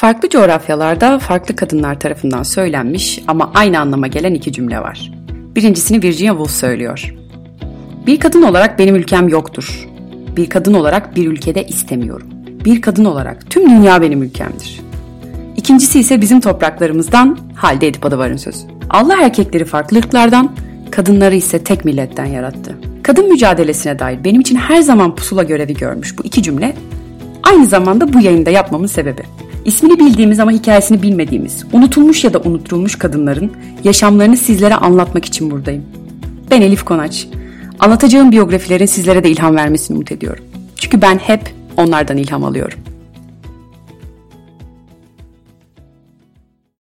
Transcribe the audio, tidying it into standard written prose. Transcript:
Farklı coğrafyalarda farklı kadınlar tarafından söylenmiş ama aynı anlama gelen iki cümle var. Birincisini Virginia Woolf söylüyor. Bir kadın olarak benim ülkem yoktur. Bir kadın olarak bir ülkede istemiyorum. Bir kadın olarak tüm dünya benim ülkemdir. İkincisi ise bizim topraklarımızdan Halide Edip Adıvar'ın sözü. Allah erkekleri farklı ırklardan, kadınları ise tek milletten yarattı. Kadın mücadelesine dair benim için her zaman pusula görevi görmüş bu iki cümle, aynı zamanda bu yayında yapmamın sebebi. İsmini bildiğimiz ama hikayesini bilmediğimiz, unutulmuş ya da unutturulmuş kadınların yaşamlarını sizlere anlatmak için buradayım. Ben Elif Konaç. Anlatacağım biyografilerin sizlere de ilham vermesini umut ediyorum. Çünkü ben hep onlardan ilham alıyorum.